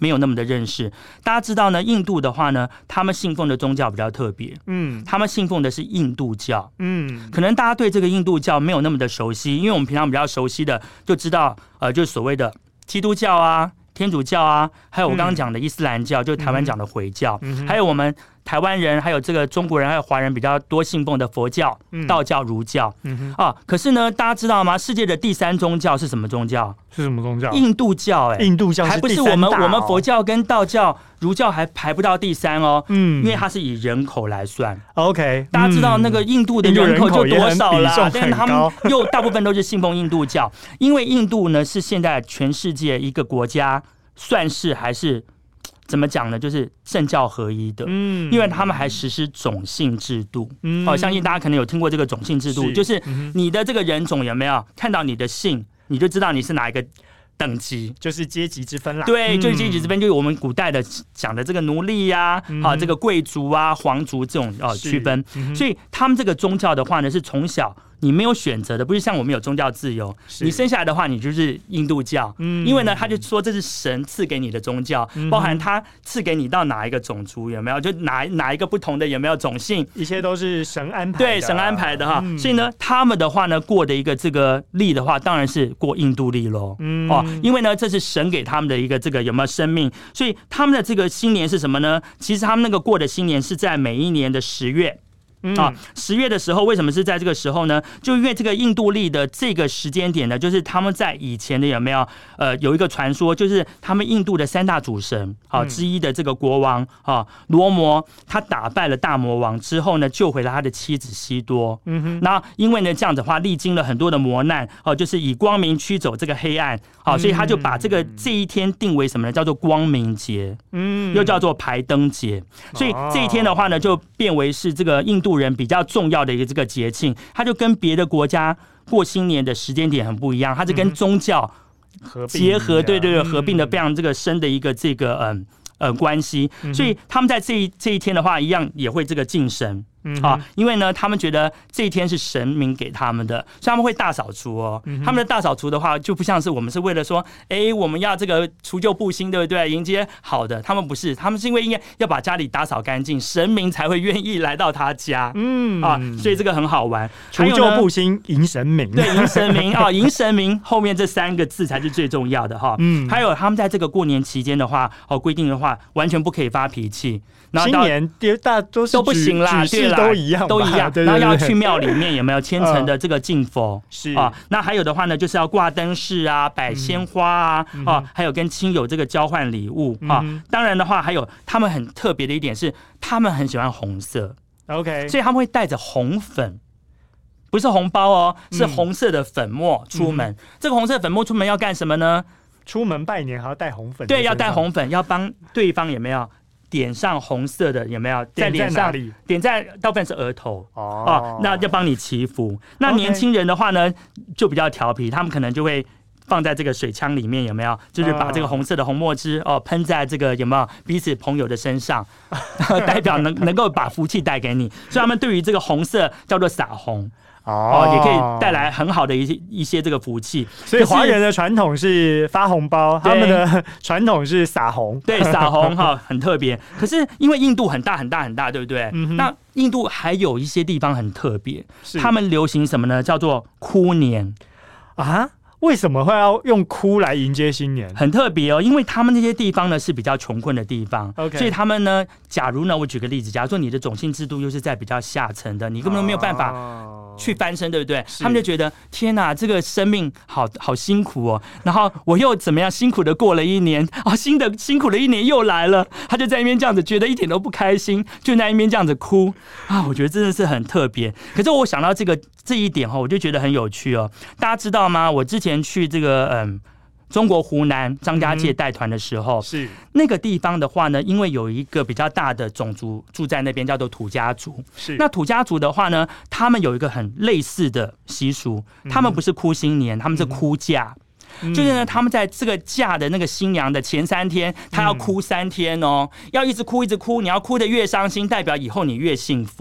没有那么的认识。大家知道呢，印度的话呢，他们信奉的宗教比较特别，他们信奉的是印度教，可能大家对这个印度教没有那么的熟悉，因为我们平常比较熟悉的就知道，就是所谓的基督教啊、天主教啊，还有我刚刚讲的伊斯兰教，就是台湾讲的回教，还有我们台湾人，还有这个中国人，还有华人比较多信奉的佛教、道教、儒教可是呢，大家知道吗？世界的第3宗教是什么宗教？ 是什么宗教？ 印度教， 印度教还不是我们佛教跟道教、儒教还排不到第3哦，因为它是以人口来算。 OK， 大家知道那个印度的人口就多少啦，但是他们又大部分都是信奉印度教，因为印度呢是现在全世界一个国家，算是还是。怎么讲呢？就是政教合一的，因为他们还实施种姓制度。相信大家可能有听过这个种姓制度，就是你的这个人种有没有看到你的姓，你就知道你是哪一个等级， 就是阶级之分啦。 对，就是阶级之分，就是我们古代的讲的这个奴隶呀，这个贵族啊、皇族这种区分。所以他们这个宗教的话呢，是从小。你没有选择的，不是像我们有宗教自由。你生下来的话，你就是印度教，因为呢，他就说这是神赐给你的宗教，包含他赐给你到哪一个种族有没有，就哪一个不同的有没有种姓， 一切都是神安排的。 对，神安排的哈。所以呢，他们的话呢，过的一个这个历的话，当然是过印度历喽。因为呢，这是神给他们的一个这个有没有生命，所以他们的这个新年是什么呢？其实他们那个过的新年是在每一年的10月。10月的时候，为什么是在这个时候呢？就因为这个印度历的这个时间点呢，就是他们在以前的有没有有一个传说，就是他们印度的3大主神之一的这个国王罗摩，他打败了大魔王之后呢，救回了他的妻子西多。那因为呢这样子的话，历经了很多的磨难就是以光明驱走这个黑暗所以他就把这一天定为什么呢？叫做光明节，又叫做排灯节。所以这一天的话呢，就变为是这个印度人比较重要的一个这个节庆，它就跟别的国家过新年的时间点很不一样，它是跟宗教结合，对，合并的非常这个深的一个这个关系，所以他们在这一天的话，一样也会这个敬神。因为呢，他们觉得这一天是神明给他们的，所以他们会大扫除哦。他们的大扫除的话，就不像是我们是为了说，我们要这个除旧布新，对不对？迎接好的，他们不是，他们是因为应该要把家里打扫干净，神明才会愿意来到他家。所以这个很好玩。 除旧布新，迎神明。 对，迎神明迎神明后面这3个字才是最重要的哈。还有他们在这个过年期间的话，规定的话，完全不可以发脾气。 新年大都不行啦，对啦， 都一样， 然后要去庙里面有没有虔诚的这个敬佛是那还有的话呢，就是要挂灯饰啊、摆鲜花还有跟亲友这个交换礼物当然的话，还有他们很特别的一点是，他们很喜欢红色 ，OK， 所以他们会带着红粉。不是红包是红色的粉末出门。这个红色粉末出门要干什么呢？ 出门拜年还要带红粉。 对，要带红粉，要帮对方有没有点上红色的，有没有在脸上？点在大部分是额头那要帮你祈福。那年轻人的话呢，就比较调皮，他们可能就会放在这个水枪里面，有没有？就是把这个红色的红墨汁喷在这个有没有彼此朋友的身上，代表能够把福气带给你。所以他们对于这个红色叫做撒红。也可以带来很好的一些这个福气。 所以华人的传统是发红包，他们的传统是撒红。 对，撒红很特别。可是因为印度很大很大很大，对不对？那印度还有一些地方很特别，他们流行什么呢？叫做哭年啊。为什么会要用哭来迎接新年？ 很特别因为他们那些地方呢是比较穷困的地方，所以他们呢，假如呢，我举个例子，假如说你的种姓制度又是在比较下层的，你根本没有办法去翻身，对不对？他们就觉得天哪，这个生命好辛苦然后我又怎么样辛苦的过了一年新的辛苦的一年又来了，他就在那边这样子觉得一点都不开心，就在那边这样子哭我觉得真的是很特别。可是我想到这一点我就觉得很有趣大家知道吗？我之前去这个中国湖南张家界带团的时候， 是那个地方的话呢，因为有一个比较大的种族住在那边，叫做土家族。 是那土家族的话呢，他们有一个很类似的习俗，他们不是哭新年，他们是哭嫁。就是呢，他们在这个嫁的那个新娘的前3天，她要哭3天要一直哭一直哭，你要哭得越伤心，代表以后你越幸福。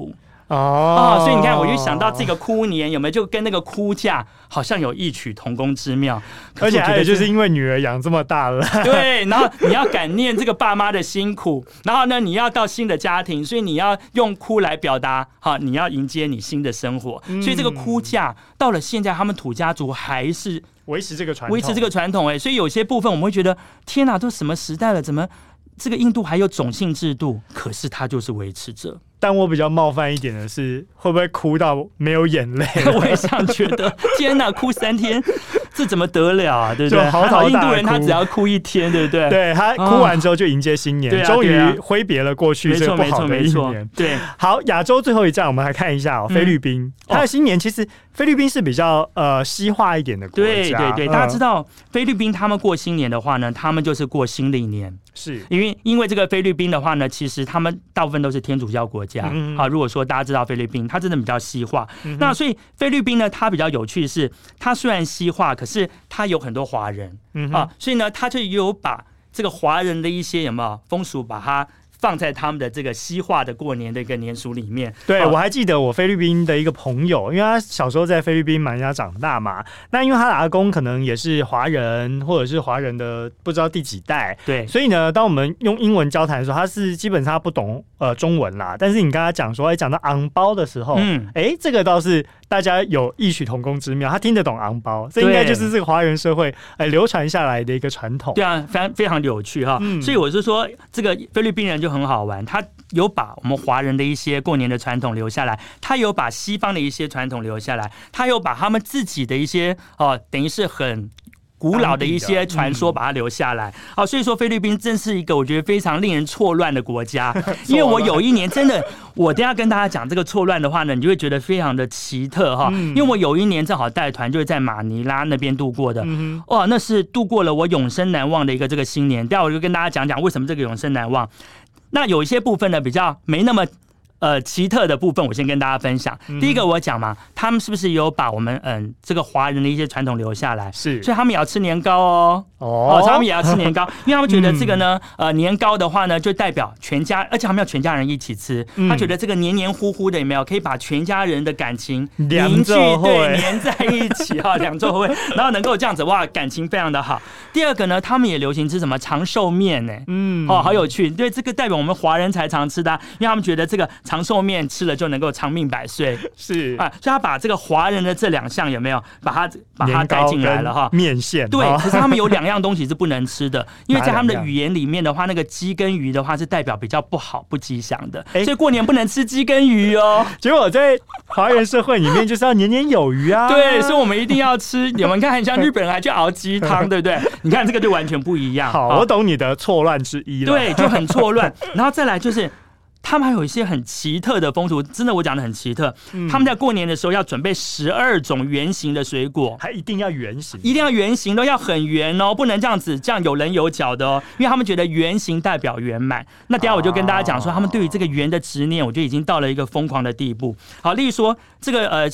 所以你看，我就想到这个哭年有没有就跟那个哭嫁好像有异曲同工之妙， 而且还有就是因为女儿养这么大了， 对，然后你要感念这个爸妈的辛苦，然后呢，你要到新的家庭，所以你要用哭来表达，你要迎接你新的生活，所以这个哭嫁到了现在，他们土家族还是维持这个传统，所以有些部分我们会觉得，天哪，都什么时代了，怎么这个印度还有种姓制度？可是它就是维持着。 但我比较冒犯一点的是，会不会哭到没有眼泪？ 我也这样觉得。天哪，哭3天，这怎么得了啊？对不对？ 还好印度人他只要哭1天，对不对？ 对，他哭完之后就迎接新年，终于挥别了过去这个不好的一年。 对， 好，亚洲最后一站，我们来看一下菲律宾。他的新年其实菲律宾是比较西化一点的国家。 对，大家知道菲律宾他们过新年的话呢，他们就是过新历年。 是因为这个菲律宾的话呢，其实他们大部分都是天主教国家。如果说大家知道菲律宾，它真的比较西化。那所以菲律宾呢，它比较有趣的是，它虽然西化，可是它有很多华人所以呢，它就有把这个华人的一些有没有风俗，把它放在他们的这个西化的过年的一个年俗里面。 对，我还记得我菲律宾的一个朋友，因为他小时候在菲律宾马尼拉长大嘛，那因为他的阿公可能也是华人，或者是华人的不知道第几代， 对， 所以呢，当我们用英文交谈的时候，他是基本上不懂中文啦，但是你跟他讲说，讲到昂包的时候，这个倒是大家有异曲同工之妙，他听得懂昂包，这应该就是这个华人社会流传下来的一个传统。 对啊，非常有趣哈。所以我是说，这个菲律宾人就很好玩，他有把我们华人的一些过年的传统留下来，他有把西方的一些传统留下来，他有把他们自己的一些等于是很古老的一些传说把它留下来。所以说菲律宾真是一个我觉得非常令人错乱的国家。因为我有一年真的，我等一下跟大家讲这个错乱的话呢，你就会觉得非常的奇特哈。因为我有一年正好带团就是在马尼拉那边度过的，那是度过了我永生难忘的一个这个新年。待会我就跟大家讲讲为什么这个永生难忘。那有一些部分呢比较没那么奇特的部分，我先跟大家分享。第一个我讲嘛，他们是不是有把我们这个华人的一些传统留下来？ 是， 所以他们也要吃年糕他们也要吃年糕，因为他们觉得这个呢，年糕的话呢，就代表全家，而且他们要全家人一起吃。他觉得这个黏黏糊糊的有没有，可以把全家人的感情凝聚，对，黏在一起两座会，然后能够这样子哇，感情非常的好。第二个呢，他们也流行吃什么长寿面好有趣，对，这个代表我们华人才常吃的，因为他们觉得这个长寿面吃了就能够长命百岁， 是所以他把这个华人的这2项有没有把它带进来了面线对，可是他们有2样东西是不能吃的，因为在他们的语言里面的话，那个鸡跟鱼的话是代表比较不好、不吉祥的，所以过年不能吃鸡跟鱼结果在华人社会里面就是要年年有余啊， 对，所以我们一定要吃。你们看，像日本人还去熬鸡汤，对不对？你看这个就完全不一样。 好，我懂你的错乱之一了。 对，就很错乱。然后再来就是。他们还有一些很奇特的风俗，真的我讲的很奇特。他们在过年的时候要准备12种圆形的水果， 还一定要圆形， 一定要圆形都要很圆不能这样子，这样有棱有角的因为他们觉得圆形代表圆满。那等一下我就跟大家讲说，他们对于这个圆的执念，我觉得已经到了一个疯狂的地步。好，例如说这个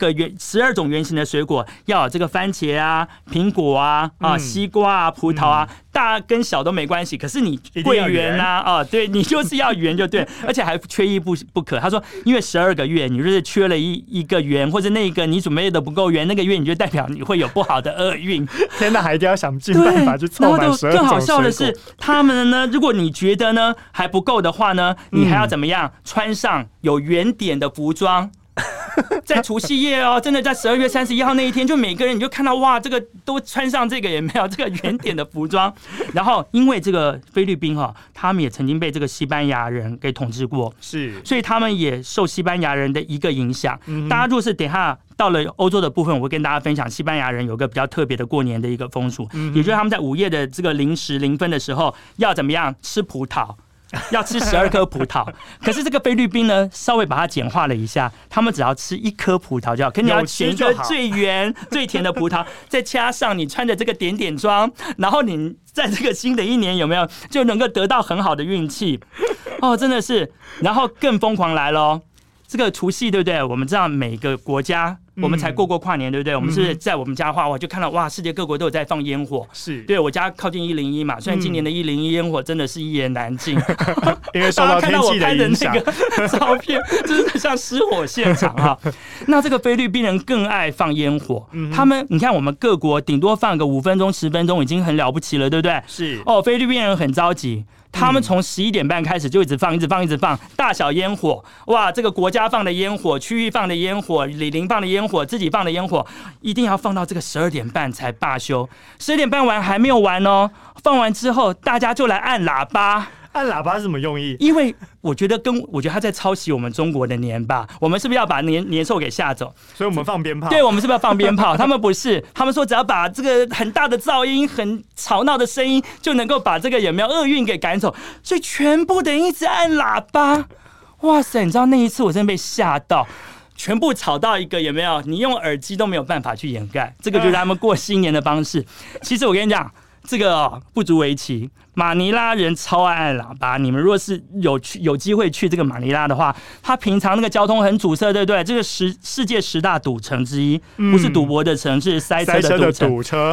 12种圆形的水果，要有这个番茄啊、苹果啊、西瓜啊、葡萄啊。大跟小都没关系，可是你会圆对，你就是要圆就对，而且还缺一不可。他说，因为12个月，你就是缺了一个圆，或者那个你准备的不够圆，那个月你就代表你会有不好的厄运。 天哪，还一定要想尽办法去凑满12种水果。 更好笑的是，他们呢，如果你觉得呢还不够的话呢，你还要怎么样？穿上有圆点的服装。在除夕夜真的在12月31号那一天，就每个人你就看到哇，这个都穿上这个也没有这个圆点的服装。然后因为这个菲律宾他们也曾经被这个西班牙人给统治过， 是， 所以他们也受西班牙人的一个影响。大家如果是等一下到了欧洲的部分，我会跟大家分享西班牙人有个比较特别的过年的一个风俗，也就是他们在午夜的这个0时0分的时候要怎么样吃葡萄。要吃12颗葡萄，可是这个菲律宾呢，稍微把它简化了一下，他们只要吃1颗葡萄就好。可你要选一个最圆、最甜的葡萄，再加上你穿着这个点点装，然后你在这个新的一年有没有就能够得到很好的运气真的是。然后更疯狂来了这个除夕对不对？我们知道每个国家我们才过跨年，对不对？我们是在我们家的话，我就看到哇，世界各国都有在放烟火。 是， 对我家靠近101嘛，虽然今年的101烟火真的是一言难尽， 因为受到天气的影响。 大家看到我拍的那个照片，真的像失火现场哈。那这个菲律宾人更爱放烟火，他们你看我们各国顶多放个5分钟、10分钟已经很了不起了，对不对？ 是哦，菲律宾人很着急。他们从11点半开始就一直放，大小烟火，哇！这个国家放的烟火，区域放的烟火，李林放的烟火，自己放的烟火，一定要放到这个12点半才罢休。12点半完还没有完哦，放完之后大家就来按喇叭。 按喇叭是什么用意？ 因为我觉得他在抄袭我们中国的年吧，我们是不是要把年兽给吓走？ 所以我们放鞭炮。 对，我们是不是要放鞭炮？他们不是，他们说只要把这个很大的噪音、很吵闹的声音，就能够把这个有没有厄运给赶走，所以全部的人一直按喇叭。哇塞，你知道那一次我真的被吓到。全部吵到一个有没有？你用耳机都没有办法去掩盖，这个就是他们过新年的方式。其实我跟你讲，这个不足为奇。马尼拉人超爱按喇叭，你们若是有机会去这个马尼拉的话，他平常那个交通很阻塞，对不对？这个世界10大赌城之一，不是赌博的城，是塞车的赌车。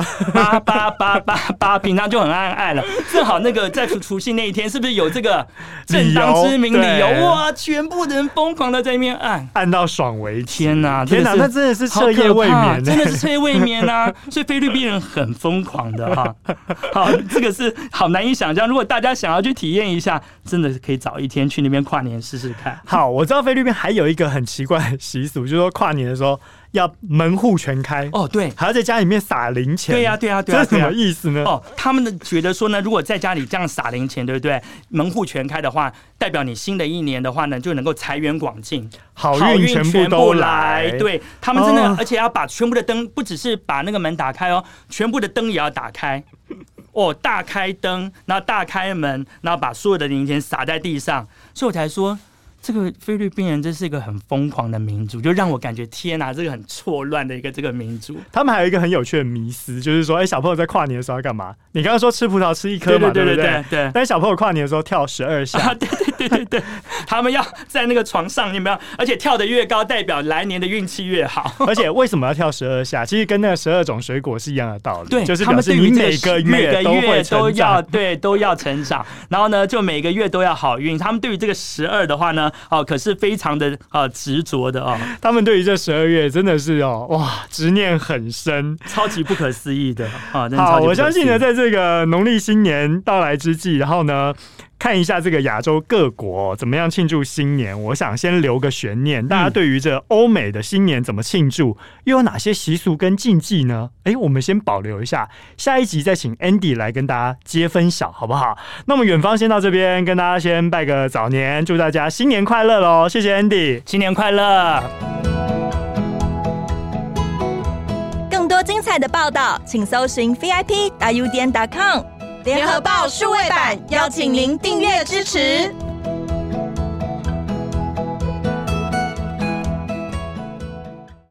88888，平常就很按了。正好那个在除夕那一天，是不是有这个正当之名理由？哇，全部人疯狂的在那边按到爽为止。 天哪， 那真的是彻夜未眠， 真的是彻夜未眠啊！所以菲律宾人很疯狂的哈。好，这个是好难以想象，如果大家想要去体验一下，真的可以找一天去那边跨年试试看。 好，我知道菲律宾还有一个很奇怪的习俗，就是说跨年的时候要门户全开哦，对， 还要在家里面撒零钱。 对呀， 这是什么意思呢？ 哦，他们觉得说呢，如果在家里这样撒零钱，对不对？门户全开的话，代表你新的一年的话呢，就能够财源广进， 好运全部都来。 对，他们真的，而且要把全部的灯，不只是把那个门打开哦，全部的灯也要打开。哦，大开灯，然后大开门，然后把所有的零钱撒在地上，所以我才说，这个菲律宾人真是一个很疯狂的民族，就让我感觉天哪，这个很错乱的一个这个民族。 他们还有一个很有趣的迷思，就是说，小朋友在跨年的时候要干嘛？你刚刚说吃葡萄吃1颗嘛，对不对？但是小朋友跨年的时候跳12下， 对，他们要在那个床上，有没有？而且跳得越高，代表来年的运气越好。 而且为什么要跳12下？其实跟那个12种水果是一样的道理， 对， 就是表示你每个月都要成长，然后呢，就每个月都要好运。他们对于这个12的话呢，可是非常的执着的哦。 他们对于这12月真的是哇，执念很深， 超级不可思议的啊！ 好，我相信呢，在这个农历新年到来之际，然后呢，看一下这个亚洲各国怎么样庆祝新年。我想先留个悬念，大家对于这欧美的新年怎么庆祝，又有哪些习俗跟禁忌呢？我们先保留一下，下一集再请 Andy 来跟大家接分晓，好不好？那么远方先到这边，跟大家先拜个早年，祝大家新年快乐喽！谢谢 Andy， 新年快乐！ 更多精彩的报道，请搜寻 VIP.udn.com 联合报数位版，邀请您订阅支持。